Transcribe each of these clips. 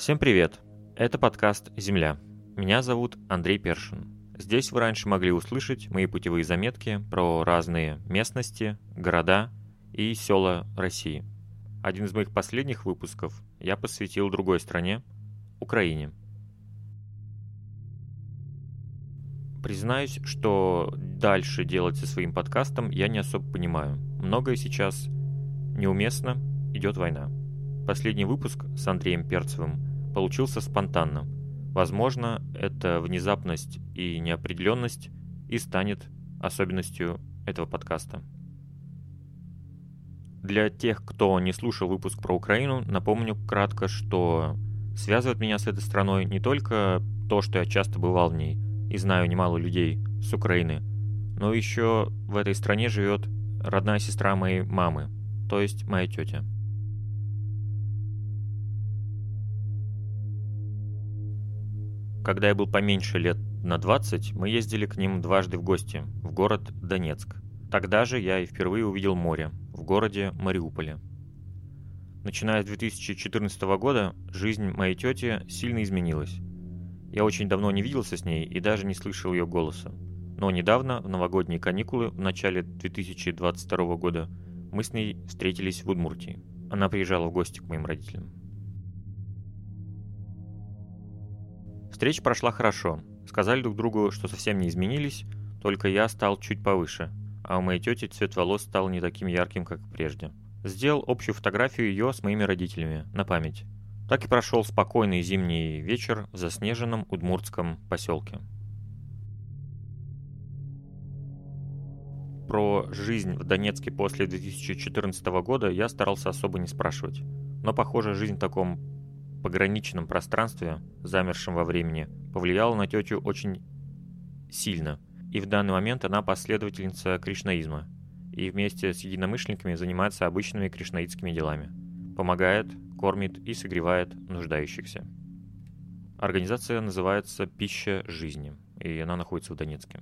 Всем привет! Это подкаст «Земля». Меня зовут Андрей Першин. Здесь вы раньше могли услышать мои путевые заметки про разные местности, города и села России. Один из моих последних выпусков я посвятил другой стране – Украине. Признаюсь, что дальше делать со своим подкастом я не особо понимаю. Многое сейчас неуместно, идет война. Последний выпуск с Андреем Перцевым получился спонтанно. Возможно, эта внезапность и неопределенность и станет особенностью этого подкаста. Для тех, кто не слушал выпуск про Украину, напомню кратко, что связывает меня с этой страной не только то, что я часто бывал в ней и знаю немало людей с Украины, но еще в этой стране живет родная сестра моей мамы, то есть моя тетя. Когда я был поменьше лет на 20, мы ездили к ним дважды в гости, в город Донецк. Тогда же я и впервые увидел море, в городе Мариуполе. Начиная с 2014 года, жизнь моей тети сильно изменилась. Я очень давно не виделся с ней и даже не слышал ее голоса. Но недавно, в новогодние каникулы, в начале 2022 года, мы с ней встретились в Удмуртии. Она приезжала в гости к моим родителям. Встреча прошла хорошо. Сказали друг другу, что совсем не изменились, только я стал чуть повыше, а у моей тети цвет волос стал не таким ярким, как прежде. Сделал общую фотографию ее с моими родителями, на память. Так и прошел спокойный зимний вечер в заснеженном удмуртском поселке. Про жизнь в Донецке после 2014 года я старался особо не спрашивать. Но, похоже, жизнь в таком пограничном пространстве, замершем во времени, повлияла на тетю очень сильно. И в данный момент она последовательница кришнаизма. И вместе с единомышленниками занимается обычными кришнаитскими делами. Помогает, кормит и согревает нуждающихся. Организация называется «Пища жизни», и она находится в Донецке.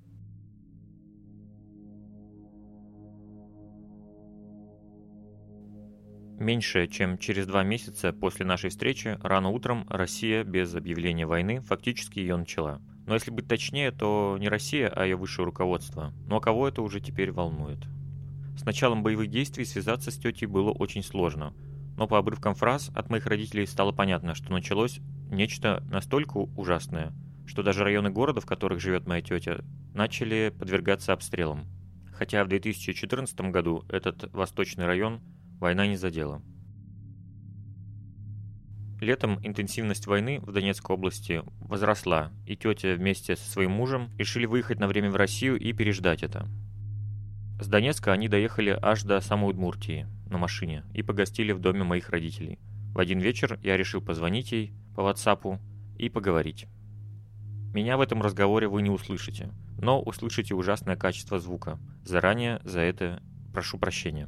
Меньше чем через 2 месяца после нашей встречи, рано утром, Россия без объявления войны фактически ее начала. Но если быть точнее, то не Россия, а ее высшее руководство. Ну а кого это уже теперь волнует? С началом боевых действий связаться с тетей было очень сложно. Но по обрывкам фраз от моих родителей стало понятно, что началось нечто настолько ужасное, что даже районы города, в которых живет моя тетя, начали подвергаться обстрелам. Хотя в 2014 году этот восточный район война не задела. Летом интенсивность войны в Донецкой области возросла, и тетя вместе со своим мужем решили выехать на время в Россию и переждать это. С Донецка они доехали аж до самой Удмуртии на машине и погостили в доме моих родителей. В один вечер я решил позвонить ей по WhatsApp и поговорить. Меня в этом разговоре вы не услышите, но услышите ужасное качество звука. Заранее за это прошу прощения.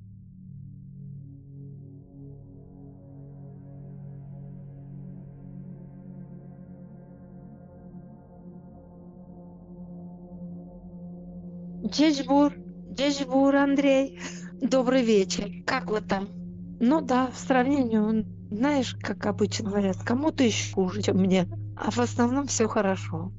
Дежбур, Дежбур, Андрей. Добрый вечер. Как вы там? Ну да, в сравнении, знаешь, как обычно говорят, кому-то еще хуже, чем мне. А в основном все хорошо.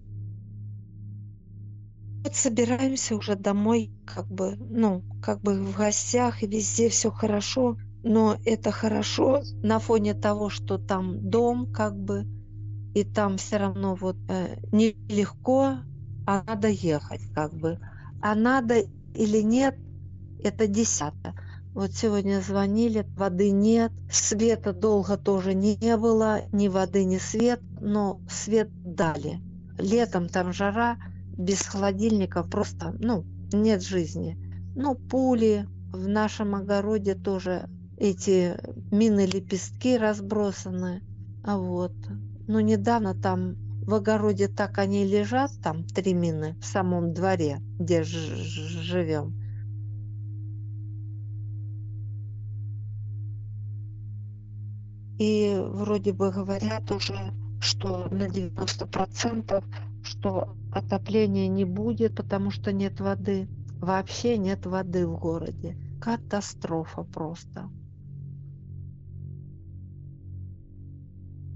Вот собираемся уже домой, как бы в гостях, и везде все хорошо. Но это хорошо на фоне того, что там дом, как бы, и там все равно вот нелегко, а надо ехать, как бы. А надо или нет, это десятое. Вот сегодня звонили, воды нет, света долго тоже не было, ни воды, ни свет, но свет дали. Летом там жара, без холодильника просто, нет жизни. Ну, пули, в нашем огороде тоже эти мины-лепестки разбросаны. А вот, недавно там в огороде так они лежат, там 3 мины в самом дворе, где живем. И вроде бы говорят уже, что на 90%, что отопления не будет, потому что нет воды. Вообще нет воды в городе. Катастрофа просто.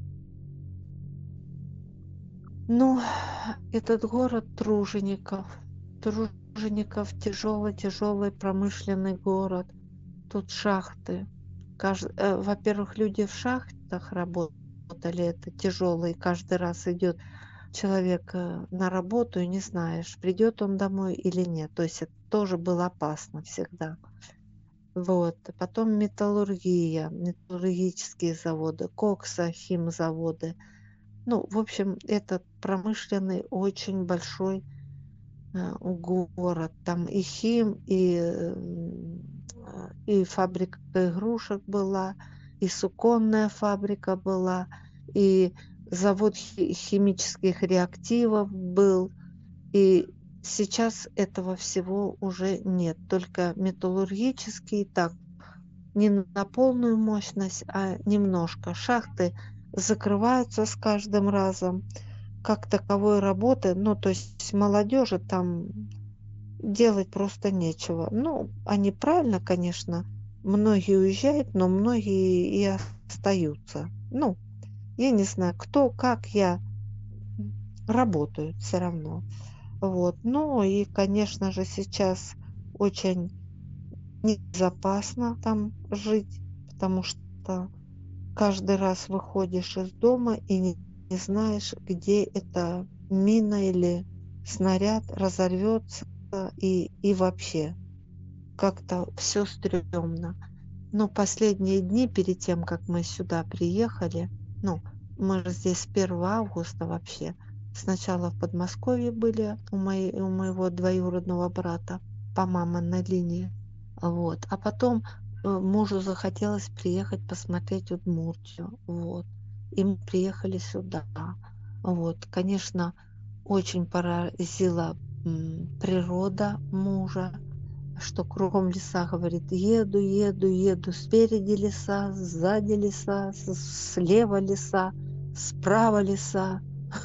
Ну, этот город тружеников. Тружеников, тяжелый промышленный город. Тут шахты. Во-первых, люди в шахтах работали, это тяжело, и каждый раз идет человек на работу, и не знаешь, придет он домой или нет. То есть это тоже было опасно всегда. Вот. Потом металлургия, металлургические заводы, коксохимзаводы. Ну, в общем, этот промышленный очень большой город. Там и и фабрика игрушек была, и суконная фабрика была, и завод химических реактивов был. И сейчас этого всего уже нет. Только металлургический, так, не на полную мощность, а немножко. Шахты закрываются с каждым разом. Как таковой работы, ну, то есть молодежи там делать просто нечего. Ну, они правильно, конечно, многие уезжают, но многие и остаются. Ну, я не знаю, кто, как я, работают все равно. Вот. Ну и, конечно же, сейчас очень небезопасно там жить, потому что каждый раз выходишь из дома и не знаешь, где эта мина или снаряд разорвется, и вообще как-то все стрёмно. Но последние дни перед тем, как мы сюда приехали, ну, мы же здесь с 1 августа вообще. Сначала в Подмосковье были у моего двоюродного брата по маминой линии. Вот. А потом мужу захотелось приехать посмотреть Удмуртию. Вот. И мы приехали сюда. Вот. Конечно, очень поразила природа мужа, что кругом леса, говорит, еду, спереди леса, сзади леса, слева леса, справа леса.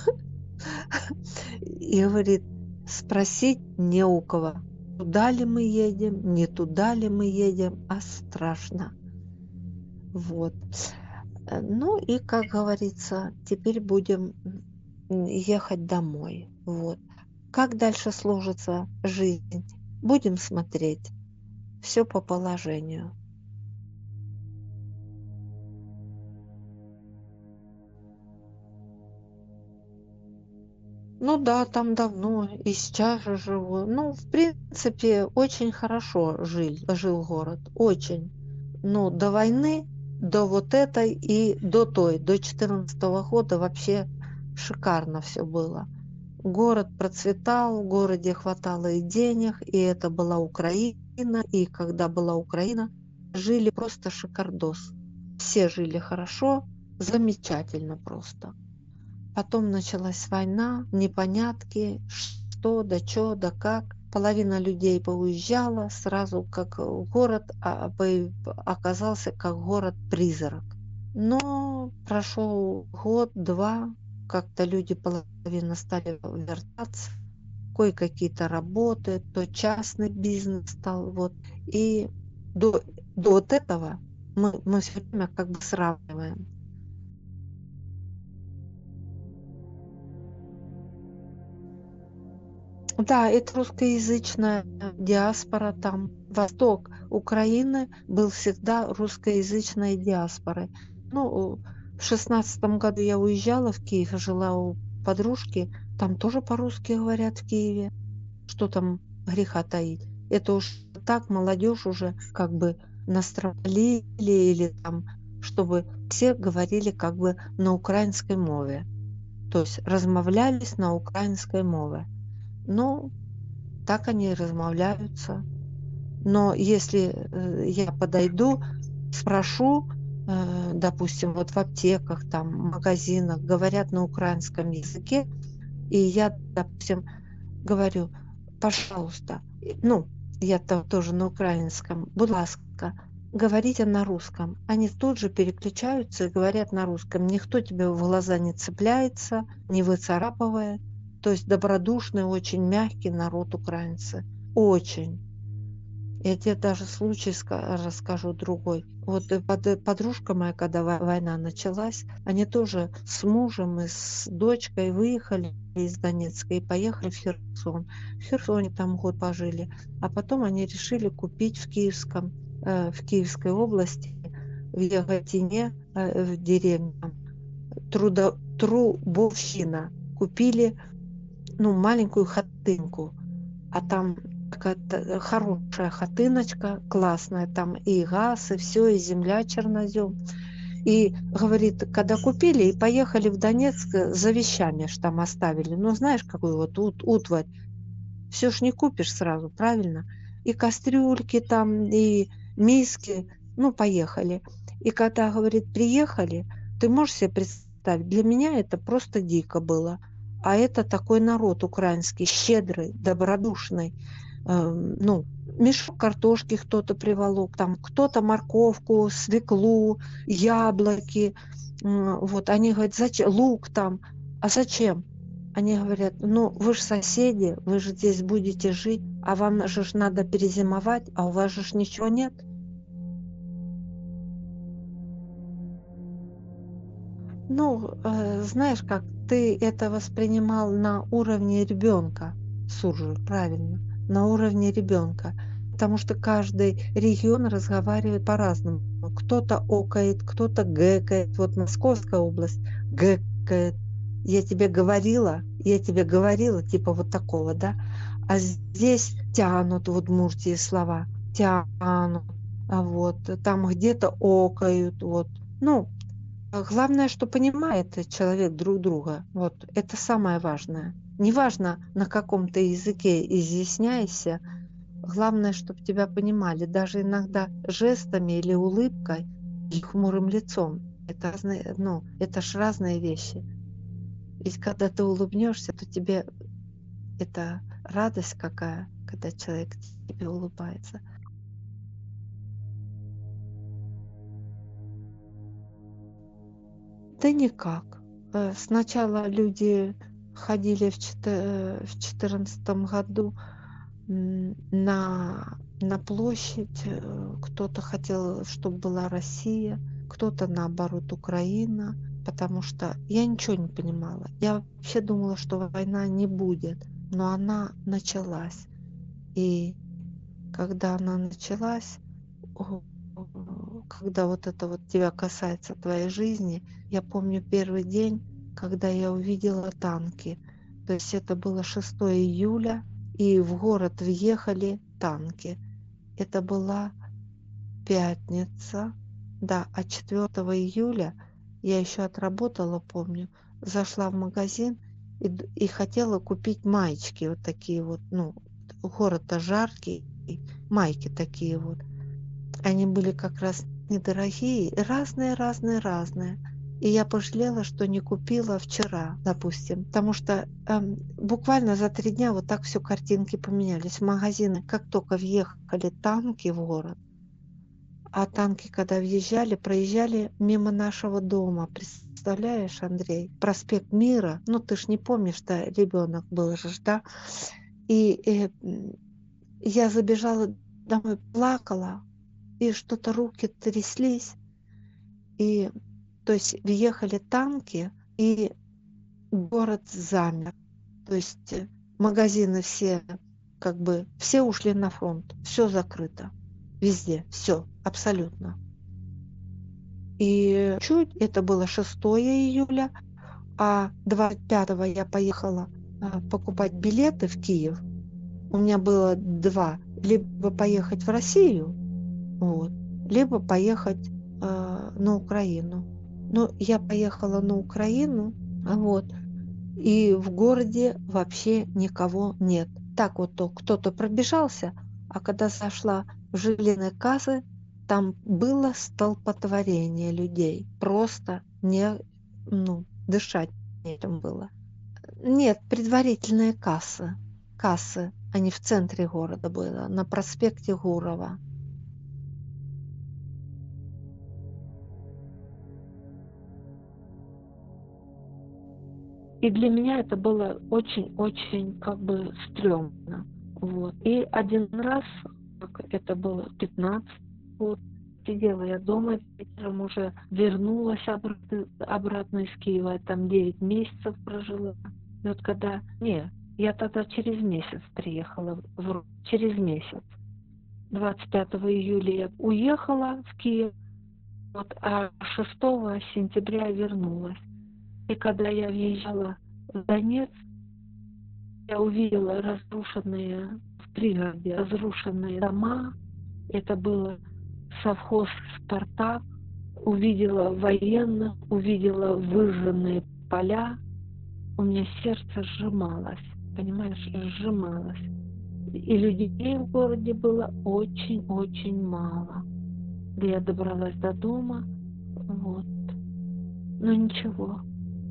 И говорит, спросить не у кого, туда ли мы едем, не туда ли мы едем, а страшно. Вот. Ну и, как говорится, теперь будем ехать домой. Вот. Как дальше сложится жизнь, будем смотреть. Все по положению. Ну да, там давно, и сейчас же живу. Ну, в принципе, очень хорошо жил город, очень. Ну, до войны, до вот этой и до той, до 14 года вообще шикарно все было. Город процветал, в городе хватало и денег, и это была Украина, и когда была Украина, жили просто шикардос. Все жили хорошо, замечательно просто. Потом началась война, непонятки, что, да чё, да как. Половина людей поуезжала, сразу как город оказался как город-призрак. Но прошел год-два, как-то люди половина стали вертаться, кое-какие-то работы, то частный бизнес стал. Вот. И до вот этого мы все время как бы сравниваем. Да, это русскоязычная диаспора там. Восток Украины был всегда русскоязычной диаспорой. Ну, в 16 году я уезжала в Киев, жила у подружки. Там тоже по-русски говорят в Киеве. Что там греха таить? Это уж так молодежь уже как бы настроили или там, чтобы все говорили как бы на украинской мове. То есть размовлялись на украинской мове. Ну, так они и размовляются. Но если я подойду, спрошу, допустим, вот в аптеках, там, магазинах говорят на украинском языке, и я, допустим, говорю, пожалуйста, ну, я тоже на украинском, будь ласка, говорите на русском. Они тут же переключаются и говорят на русском. Никто тебе в глаза не цепляется, не выцарапывает. То есть добродушный, очень мягкий народ украинцы. Очень. Я тебе даже случай расскажу другой. Вот подружка моя, когда война началась, они тоже с мужем и с дочкой выехали из Донецка и поехали в Херсон. В Херсоне там год пожили. А потом они решили купить в Киевской области, в Яготине, в деревне Трубовщина. Купили, ну, маленькую хатынку, а там какая-то хорошая хатыночка, классная, там и газ, и все, и земля чернозем. И говорит, когда купили и поехали в Донецк за вещами, что там оставили. Ну, знаешь, какую вот утварь. Все ж не купишь сразу, правильно? И кастрюльки там, и миски. Ну, поехали. И когда, говорит, приехали, ты можешь себе представить, для меня это просто дико было. А это такой народ украинский, щедрый, добродушный. Ну, мешок картошки кто-то приволок, там кто-то морковку, свеклу, яблоки. Вот, они говорят, зачем? Лук там. А зачем? Они говорят, ну, вы же соседи, вы же здесь будете жить, а вам же ж надо перезимовать, а у вас же ж ничего нет. Ну, знаешь как, ты это воспринимал на уровне ребенка, Суржик, правильно, на уровне ребенка, потому что каждый регион разговаривает по-разному. Кто-то окает, кто-то гэкает. Вот Московская область гэкает. Я тебе говорила, типа вот такого, да? А здесь тянут в Удмуртии слова, тянут, а вот там где-то окают, вот. Ну, главное, что понимает человек друг друга. Вот это самое важное. Неважно, на каком ты языке изъясняйся, главное, чтобы тебя понимали. Даже иногда жестами или улыбкой, или хмурым лицом. Это разные, ну, это ж разные вещи. Ведь когда ты улыбнешься, то тебе это радость какая, когда человек тебе улыбается. Да никак. Сначала люди ходили в 2014 году на площадь. Кто-то хотел, чтобы была Россия, кто-то, наоборот, Украина, потому что я ничего не понимала. Я вообще думала, что война не будет, но она началась. И когда она началась, о, когда вот это вот тебя касается твоей жизни, я помню первый день, когда я увидела танки. То есть это было 6 июля, и в город въехали танки. Это была пятница, да, а 4 июля я еще отработала, помню, зашла в магазин и хотела купить маечки вот такие вот, ну, город-то жаркий, майки такие вот. Они были как раз недорогие, разные, разные, разные. И я пожалела, что не купила вчера, допустим, потому что буквально за 3 дня вот так все картинки поменялись. В магазины, как только въехали танки в город, а танки, когда въезжали, проезжали мимо нашего дома. Представляешь, Андрей? Проспект Мира. Ну, ты ж не помнишь, что ребенок был же, да? И я забежала домой, плакала, и что-то руки тряслись. И, то есть, въехали танки, и город замер. То есть, магазины все, как бы, все ушли на фронт. Все закрыто. Везде. Все. Абсолютно. И чуть, это было 6 июля, а 25-го я поехала покупать билеты в Киев. У меня было два. Либо поехать в Россию, вот, либо поехать на Украину. Но я поехала на Украину, вот, и в городе вообще никого нет. Так вот то кто-то пробежался, а когда зашла в железные кассы, там было столпотворение людей. Просто не, ну, дышать нечем было. Нет, предварительные кассы. Кассы, они в центре города было, на проспекте Гурова. И для меня это было очень-очень как бы стрёмно. Вот. И один раз это было 15 год. Сидела я дома, вечером уже вернулась обратно из Киева. Я там 9 месяцев прожила. И вот когда... Не, я тогда через месяц приехала. Через месяц. 25 июля я уехала в Киев, вот, а 6 сентября вернулась. И когда я въезжала в Донецк, я увидела разрушенные в пригороде, разрушенные дома. Это было совхоз «Спартак». Увидела военных, увидела выжженные поля. У меня сердце сжималось, понимаешь, сжималось. И людей в городе было очень-очень мало. Да я добралась до дома, вот. Но ничего.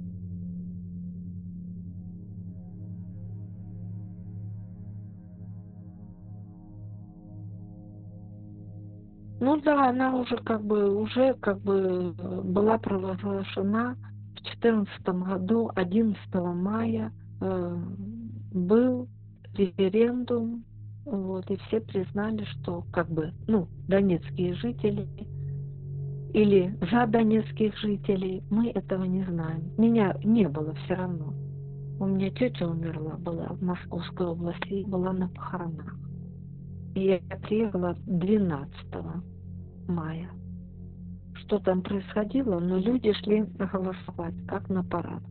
Ну да, она уже как бы была провозглашена в 2014 году, 11 мая был референдум, вот, и все признали, что как бы, донецкие жители или за донецких жителей, мы этого не знаем. Меня не было все равно. У меня тетя умерла, была в Московской области, была на похоронах. И я приехала 12 мая. Что там происходило? Но люди шли голосовать, как на парад.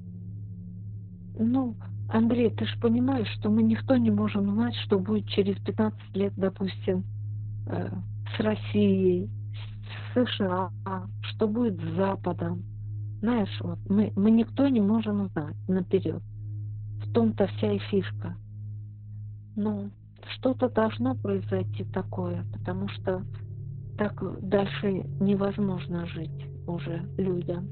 Андрей, ты же понимаешь, что мы никто не можем знать, что будет через 15 лет, допустим, с Россией, с США, что будет с Западом. Знаешь, вот мы никто не можем знать наперед. В том-то вся и фишка. Что-то должно произойти такое, потому что так дальше невозможно жить уже людям.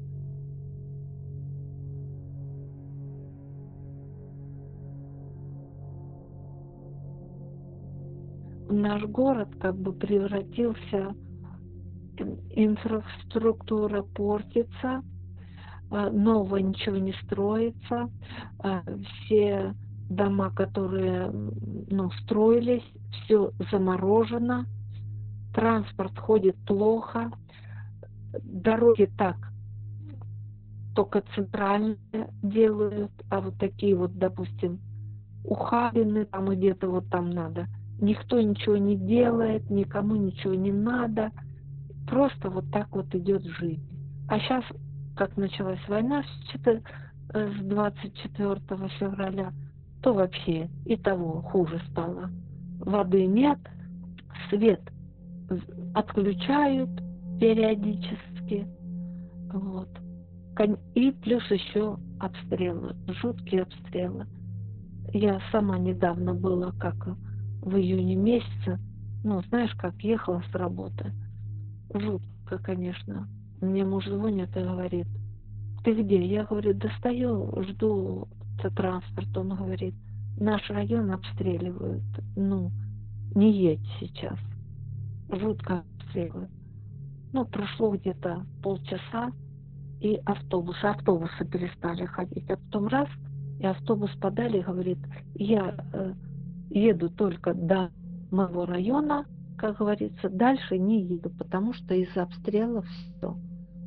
Наш город как бы превратился, инфраструктура портится, нового ничего не строится, все дома, которые строились, все заморожено, транспорт ходит плохо, дороги так только центральные делают, а вот такие вот, допустим, ухабины, там где-то вот там надо. Никто ничего не делает, никому ничего не надо, просто вот так вот идет жизнь. А сейчас, как началась война с 24 февраля, то вообще и того хуже стало. Воды нет, свет отключают периодически, вот. И плюс еще обстрелы, жуткие обстрелы. Я сама недавно была, как в июне месяце, знаешь, как ехала с работы. Жутко, конечно. Мне муж звонит и говорит: ты где? Я говорю: да стою, жду транспорт. Он говорит: наш район обстреливают. Не едь сейчас. Жутко обстреливают. Прошло где-то полчаса, и автобусы перестали ходить. А потом раз, и автобус подали, говорит: я еду только до моего района, как говорится, дальше не еду, потому что из-за обстрелов все.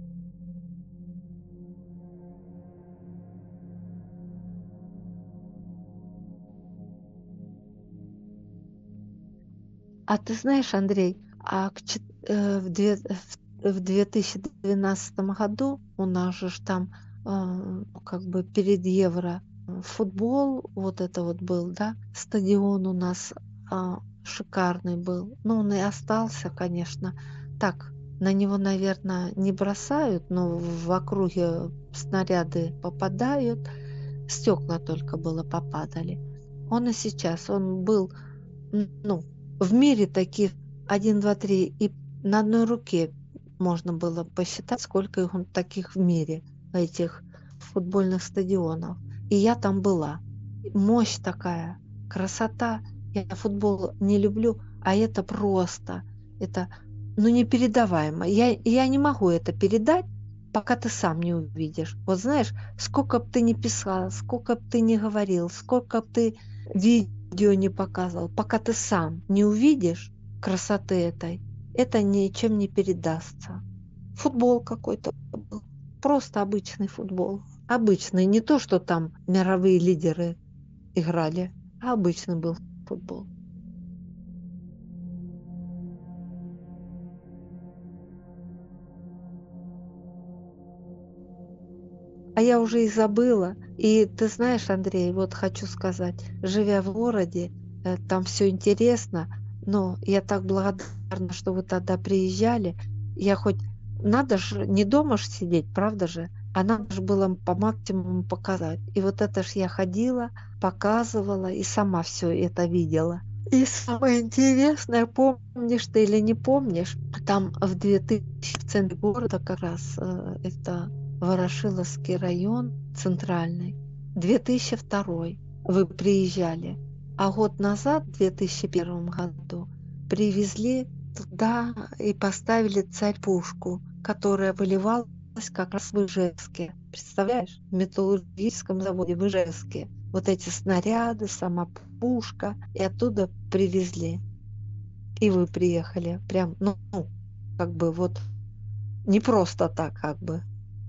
А ты знаешь, Андрей, в 2012 году у нас же там как бы перед Евро футбол вот это вот был, да, стадион у нас шикарный был. Он и остался, конечно. Так, на него, наверное, не бросают, но в округе снаряды попадают. Стекла только было попадали. Он и сейчас, он был, в мире таких 1, 2, 3, и на одной руке можно было посчитать, сколько их таких в мире, этих футбольных стадионов. И я там была. Мощь такая, красота. Я футбол не люблю, а это просто, это, непередаваемо. Я не могу это передать, пока ты сам не увидишь. Вот знаешь, сколько бы ты ни писал, сколько бы ты ни говорил, сколько бы ты видео не показывал, пока ты сам не увидишь, красоты этой, это ничем не передастся. Футбол какой-то был. Просто обычный футбол. Обычный, не то, что там мировые лидеры играли, а обычный был футбол. А я уже и забыла. И ты знаешь, Андрей, вот хочу сказать, живя в городе, там все интересно, но я так благодарна, что вы тогда приезжали. Я хоть надо же не дома ж сидеть, правда же? А надо же было по максимуму показать. И вот это ж я ходила, показывала и сама все это видела. И самое интересное, помнишь ты или не помнишь, там в 2000 в центре города как раз это Ворошиловский район центральный, 2002 вы приезжали, а год назад, в 2001 году, привезли туда и поставили царь-пушку, которая выливалась как раз в Ижевске. Представляешь? В металлургическом заводе в Ижевске. Вот эти снаряды, сама пушка, и оттуда привезли. И вы приехали. Прям, ну, как бы вот не просто так, как бы.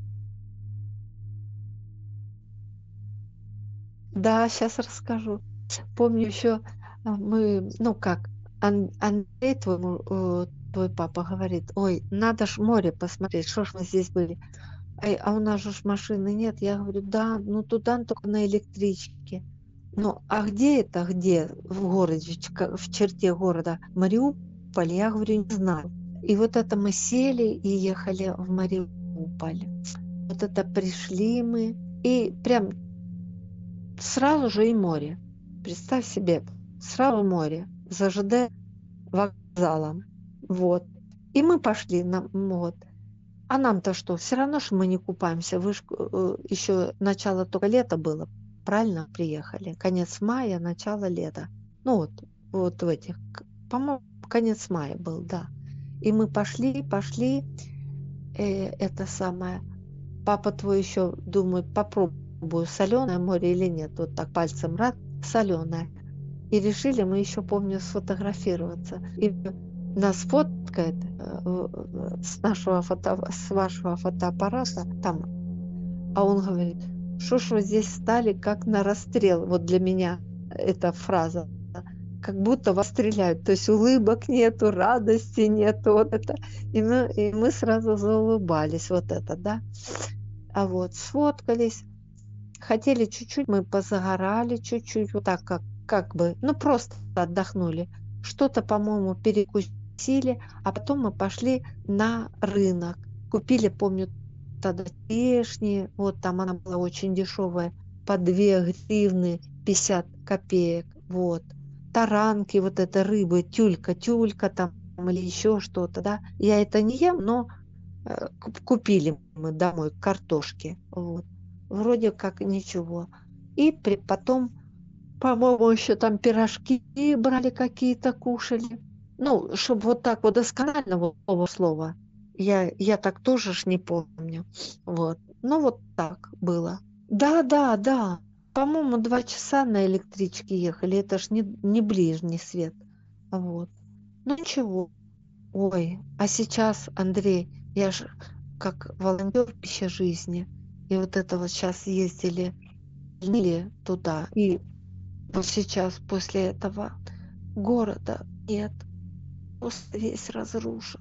Да, сейчас расскажу. Помню еще мы, ну как, Андрей твой папа говорит, ой, надо ж море посмотреть, что ж мы здесь были. А у нас же ж машины нет. Я говорю, да, ну туда только на электричке. Ну, а где это, где в городе, в черте города Мариуполь, я говорю, не знаю. И вот это мы сели и ехали в Мариуполь. Вот это пришли мы, и прям сразу же и море. Представь себе, сразу море, за ЖД вокзалом. Вот. И мы пошли, вот. А нам-то что? Все равно, что мы не купаемся. Вы ж еще начало только лета было. Правильно приехали? Конец мая, начало лета. Ну вот в этих, по-моему, конец мая был, да. И мы пошли, это самое. Папа твой еще думает, попробую, соленое море или нет. Вот так пальцем раз, соленое. И решили мы еще, помню, сфотографироваться. И нас фоткает с вашего фотоаппарата там. А он говорит, что ж вы здесь стали как на расстрел. Вот для меня эта фраза. Как будто вас стреляют. То есть улыбок нету, радости нету. Вот это. И мы сразу заулыбались. Вот это, да. А вот сфоткались. Хотели чуть-чуть, мы позагорали чуть-чуть. Вот так, как бы, ну просто отдохнули. Что-то, по-моему, перекусили. А потом мы пошли на рынок. Купили, помню, тогда черешни. Вот там она была очень дешевая. По 2 гривны 50 копеек. Вот. Таранки, вот это рыбы, тюлька там или еще что-то, да. Я это не ем, но купили мы домой картошки. Вот. Вроде как ничего. И потом, по-моему, еще там пирожки брали какие-то, кушали. Ну, чтобы вот так вот досконального слова. Я так тоже ж не помню. Вот. Ну, вот так было. Да. По-моему, 2 часа на электричке ехали. Это ж не ближний свет. Вот. Ну, ничего. Ой, а сейчас, Андрей, я же как волонтер «Пища жизни». И вот это вот сейчас ездили туда. И вот сейчас после этого города нет. Просто весь разрушен.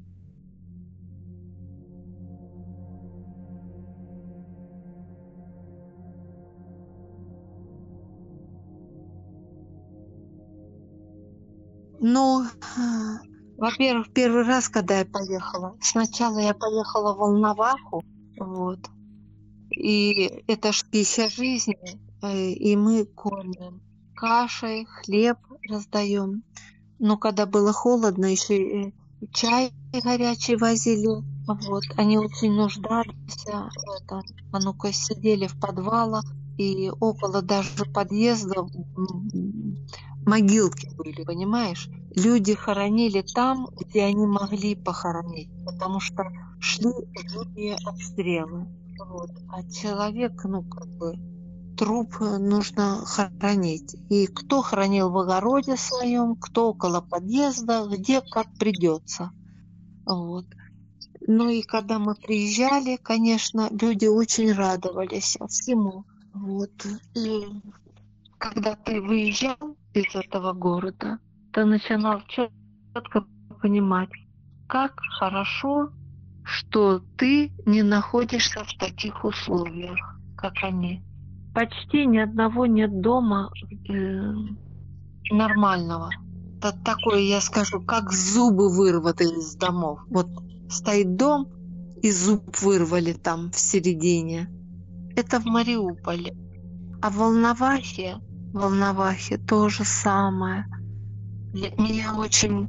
Ну, во-первых, первый раз, когда я поехала, сначала я поехала в Волноваху, вот, и это ж «Пища жизни», и мы кормим кашей, хлеб раздаем. Но когда было холодно, еще и чай горячий возили. Вот. Они очень нуждались в этом. А ну-ка, сидели в подвалах, и около даже подъездов могилки были, понимаешь? Люди хоронили там, где они могли похоронить, потому что шли жуткие обстрелы. Вот. А человек, ну, как бы, труп нужно хоронить. И кто хранил в огороде своем, кто около подъезда, где как придется. Вот. Ну и когда мы приезжали, конечно, люди очень радовались всему. Вот. И когда ты выезжал из этого города, ты начинал четко понимать, как хорошо, что ты не находишься в таких условиях, как они. Почти ни одного нет дома нормального. Это такое, я скажу, как зубы вырваты из домов. Вот стоит дом, и зуб вырвали там в середине. Это в Мариуполе. А в Волновахе то же самое. Меня очень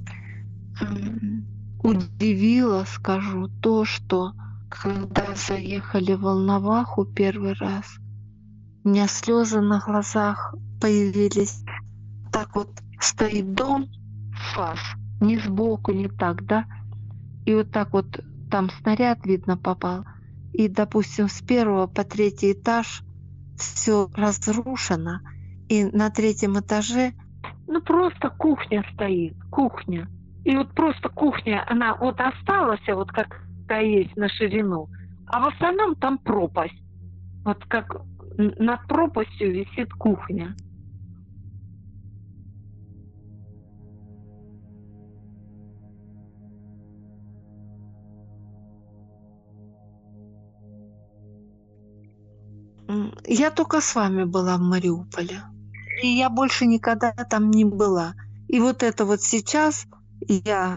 удивило, скажу, то, что когда заехали в Волноваху первый раз, у меня слезы на глазах появились. Так вот стоит дом, фас, ни сбоку, ни так, да? И вот так вот там снаряд, видно, попал. И, допустим, с 1 по 3 этаж все разрушено. И на 3 этаже, ну, просто кухня стоит, кухня. И вот просто кухня, она вот осталась, вот какая есть на ширину, а в остальном там пропасть. Вот как над пропастью висит кухня. Я только с вами была в Мариуполе. И я больше никогда там не была. И вот это вот сейчас я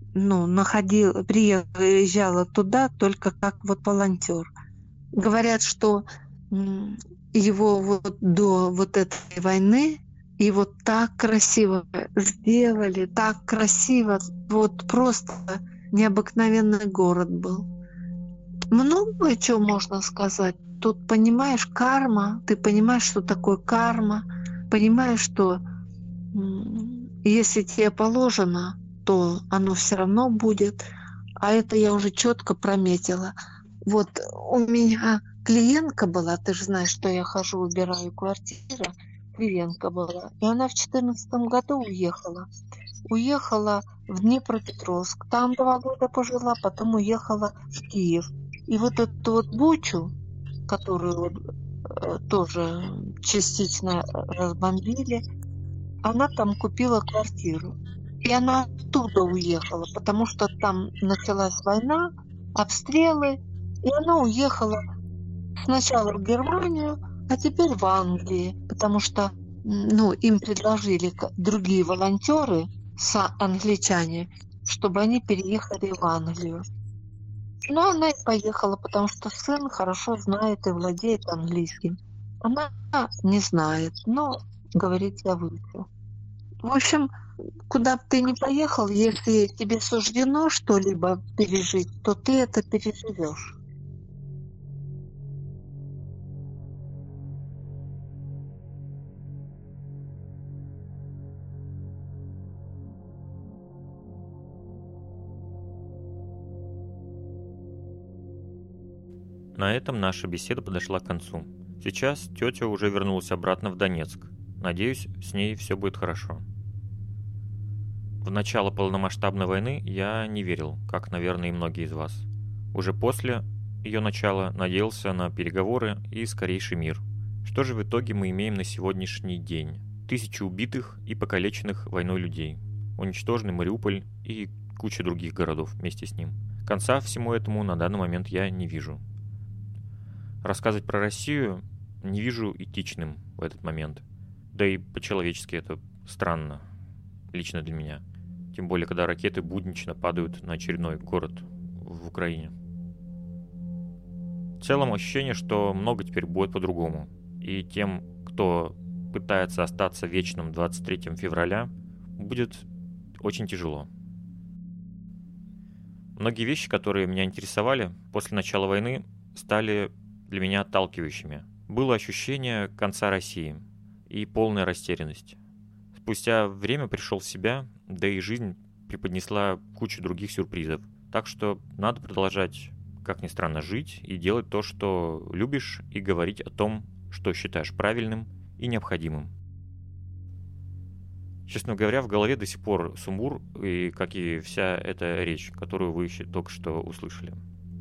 приезжала туда только как вот волонтер. Говорят, что его вот до вот этой войны его так красиво сделали, так красиво, вот просто необыкновенный город был. Много чего можно сказать. Тут, понимаешь, карма, ты понимаешь, что такое карма, понимаешь, что если тебе положено, то оно все равно будет. А это я уже четко прометила. Вот у меня клиентка была, ты же знаешь, что я хожу, убираю квартиру, клиентка была, и она в 2014 году уехала. Уехала в Днепропетровск, там 2 года пожила, потом уехала в Киев. И вот эту вот Бучу, которую тоже частично разбомбили, она там купила квартиру. И она оттуда уехала, потому что там началась война, обстрелы, и она уехала сначала в Германию, а теперь в Англию, потому что им предложили другие волонтеры, англичане, чтобы они переехали в Англию. Но она и поехала, потому что сын хорошо знает и владеет английским. Она не знает, но говорит, я выйду. В общем, куда бы ты ни поехал, если тебе суждено что-либо пережить, то ты это переживешь. На этом наша беседа подошла к концу. Сейчас тетя уже вернулась обратно в Донецк. Надеюсь, с ней все будет хорошо. В начало полномасштабной войны я не верил, как, наверное, и многие из вас. Уже после ее начала надеялся на переговоры и скорейший мир. Что же в итоге мы имеем на сегодняшний день? 1000 убитых и покалеченных войной людей. Уничтоженный Мариуполь и куча других городов вместе с ним. Конца всему этому на данный момент я не вижу. Рассказывать про Россию не вижу этичным в этот момент. Да и по-человечески это странно, лично для меня. Тем более, когда ракеты буднично падают на очередной город в Украине. В целом ощущение, что много теперь будет по-другому. И тем, кто пытается остаться вечным 23 февраля, будет очень тяжело. Многие вещи, которые меня интересовали после начала войны, стали для меня отталкивающими. Было ощущение конца России и полная растерянность. Спустя время пришел в себя, да и жизнь преподнесла кучу других сюрпризов. Так что надо продолжать, как ни странно, жить и делать то, что любишь, и говорить о том, что считаешь правильным и необходимым. Честно говоря, в голове до сих пор сумбур, и как и вся эта речь, которую вы только что услышали.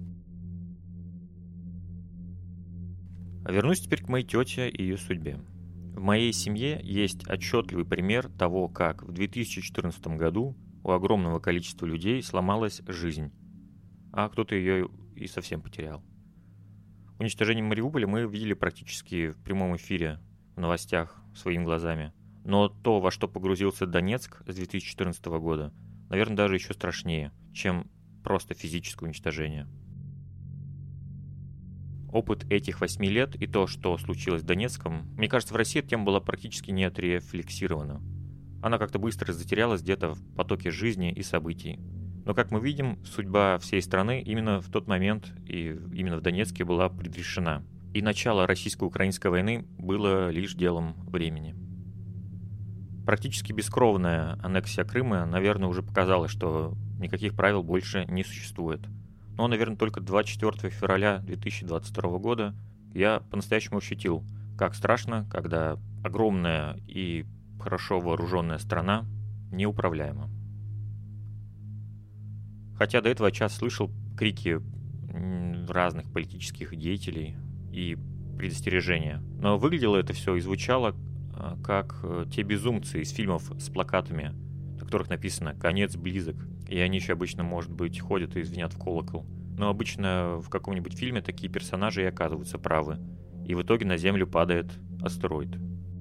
А вернусь теперь к моей тете и ее судьбе. В моей семье есть отчетливый пример того, как в 2014 году у огромного количества людей сломалась жизнь, а кто-то ее и совсем потерял. Уничтожение Мариуполя мы видели практически в прямом эфире, в новостях, своими глазами. Но то, во что погрузился Донецк с 2014 года, наверное, даже еще страшнее, чем просто физическое уничтожение. Опыт этих 8 лет и то, что случилось с Донецком, мне кажется, в России эта тема была практически не отрефлексирована. Она как-то быстро затерялась где-то в потоке жизни и событий. Но, как мы видим, судьба всей страны именно в тот момент и именно в Донецке была предрешена. И начало российско-украинской войны было лишь делом времени. Практически бескровная аннексия Крыма, наверное, уже показала, что никаких правил больше не существует. Но, наверное, только 24 февраля 2022 года я по-настоящему ощутил, как страшно, когда огромная и хорошо вооруженная страна неуправляема. Хотя до этого я часто слышал крики разных политических деятелей и предостережения. Но выглядело это все и звучало как те безумцы из фильмов с плакатами, на которых написано «Конец близок». И они еще обычно, может быть, ходят и звенят в колокол. Но обычно в каком-нибудь фильме такие персонажи и оказываются правы. И в итоге на Землю падает астероид.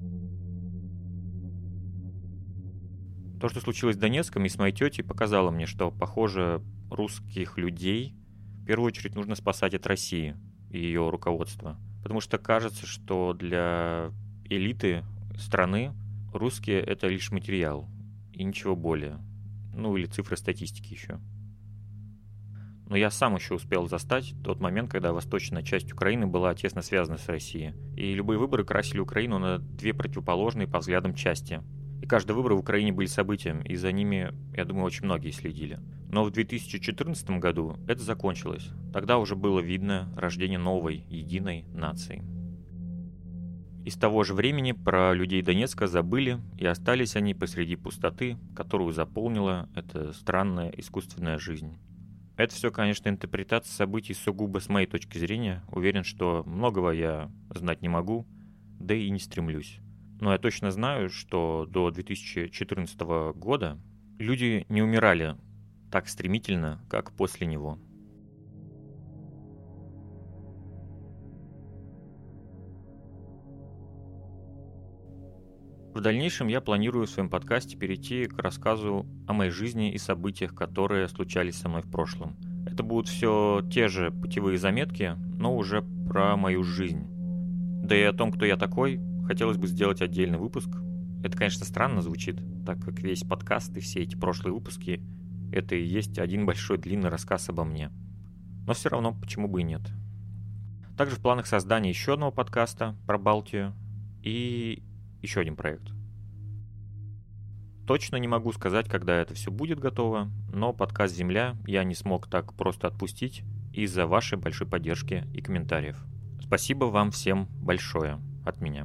То, что случилось с Донецком и с моей тетей, показало мне, что, похоже, русских людей в первую очередь нужно спасать от России и ее руководства. Потому что кажется, что для элиты страны русские — это лишь материал и ничего более. Ну или цифры статистики еще. Но я сам еще успел застать тот момент, когда восточная часть Украины была тесно связана с Россией. И любые выборы красили Украину на две противоположные по взглядам части. И каждый выбор в Украине были событием, и за ними, я думаю, очень многие следили. Но в 2014 году это закончилось. Тогда уже было видно рождение новой, единой нации. И с того же времени про людей Донецка забыли, и остались они посреди пустоты, которую заполнила эта странная искусственная жизнь. Это все, конечно, интерпретация событий сугубо с моей точки зрения. Уверен, что многого я знать не могу, да и не стремлюсь. Но я точно знаю, что до 2014 года люди не умирали так стремительно, как после него. В дальнейшем я планирую в своем подкасте перейти к рассказу о моей жизни и событиях, которые случались со мной в прошлом. Это будут все те же путевые заметки, но уже про мою жизнь. Да и о том, кто я такой, хотелось бы сделать отдельный выпуск. Это, конечно, странно звучит, так как весь подкаст и все эти прошлые выпуски — это и есть один большой длинный рассказ обо мне. Но все равно, почему бы и нет. Также в планах создания еще одного подкаста про Балтию и еще один проект. Точно не могу сказать, когда это все будет готово, но подкаст «Земля» я не смог так просто отпустить из-за вашей большой поддержки и комментариев. Спасибо вам всем большое от меня.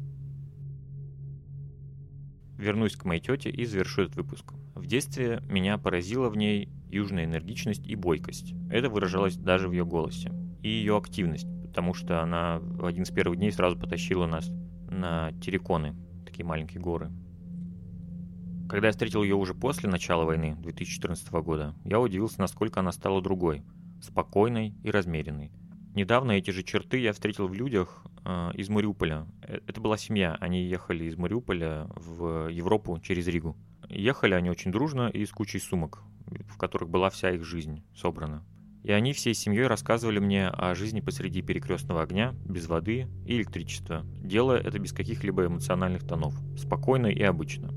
Вернусь к моей тете и завершу этот выпуск. В детстве меня поразила в ней южная энергичность и бойкость. Это выражалось даже в ее голосе. И ее активность, потому что она в один из первых дней сразу потащила нас на Тереконы, такие маленькие горы. Когда я встретил ее уже после начала войны 2014 года, я удивился, насколько она стала другой, спокойной и размеренной. Недавно эти же черты я встретил в людях из Мариуполя. Это была семья, они ехали из Мариуполя в Европу через Ригу. Ехали они очень дружно и с кучей сумок, в которых была вся их жизнь собрана. И они всей семьей рассказывали мне о жизни посреди перекрестного огня, без воды и электричества, делая это без каких-либо эмоциональных тонов, спокойно и обычно.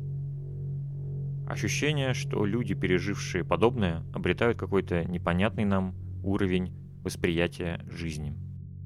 Ощущение, что люди, пережившие подобное, обретают какой-то непонятный нам уровень восприятия жизни.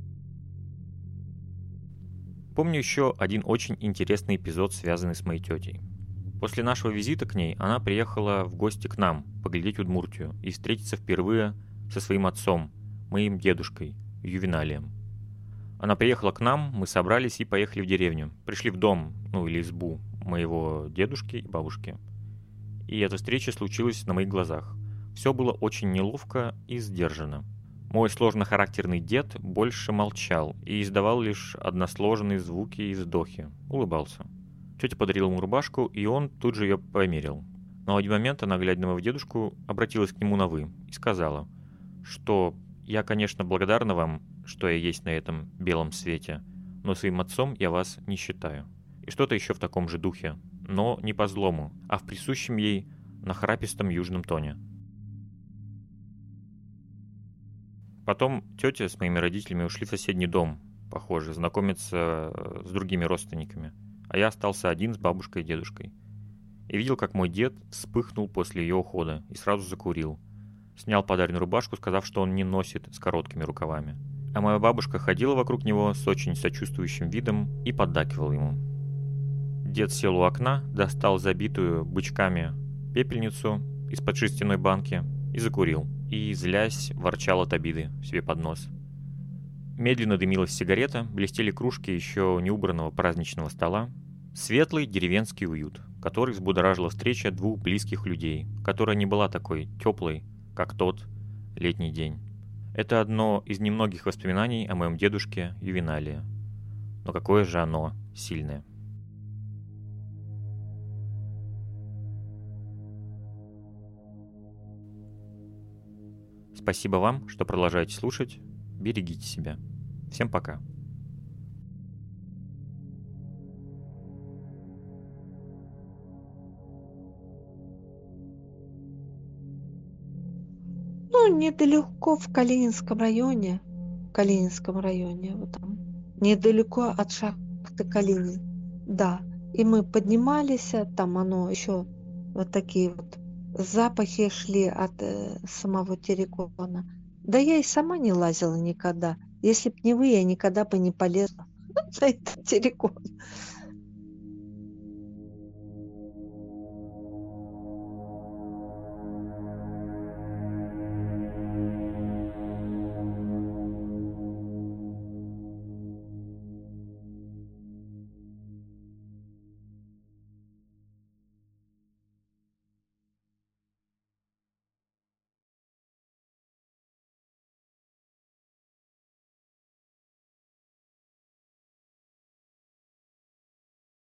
Помню еще один очень интересный эпизод, связанный с моей тетей. После нашего визита к ней она приехала в гости к нам, поглядеть Удмуртию и встретиться впервые со своим отцом, моим дедушкой, Ювеналием. Она приехала к нам, мы собрались и поехали в деревню. Пришли в дом, ну или избу моего дедушки и бабушки. И эта встреча случилась на моих глазах. Все было очень неловко и сдержанно. Мой сложнохарактерный дед больше молчал и издавал лишь односложные звуки и вздохи. Улыбался. Тетя подарила ему рубашку, и он тут же ее померил. Но в один момент она, глядя на моего дедушку, обратилась к нему на «вы» и сказала, что «я, конечно, благодарна вам, что я есть на этом белом свете, но своим отцом я вас не считаю». И что-то еще в таком же духе, но не по злому, а в присущем ей нахрапистом южном тоне. Потом тетя с моими родителями ушли в соседний дом, похоже, знакомиться с другими родственниками, а я остался один с бабушкой и дедушкой. И видел, как мой дед вспыхнул после ее ухода и сразу закурил. Снял подаренную рубашку, сказав, что он не носит с короткими рукавами. А моя бабушка ходила вокруг него с очень сочувствующим видом и поддакивала ему. Дед сел у окна, достал забитую бычками пепельницу из-под шерстяной банки и закурил. И, злясь, ворчал от обиды себе под нос. Медленно дымилась сигарета, блестели кружки еще не убранного праздничного стола. Светлый деревенский уют, который взбудоражила встреча двух близких людей, которая не была такой теплой, как тот летний день. Это одно из немногих воспоминаний о моем дедушке Ювеналии. Но какое же оно сильное. Спасибо вам, что продолжаете слушать. Берегите себя. Всем пока. Ну, недалеко в Калининском районе, вот там, недалеко от шахты Калинин, да. И мы поднимались, там оно еще вот такие вот запахи шли от самого Терекона. Да я и сама не лазила никогда. Если б не вы, я никогда бы не полезла на этот Терекон.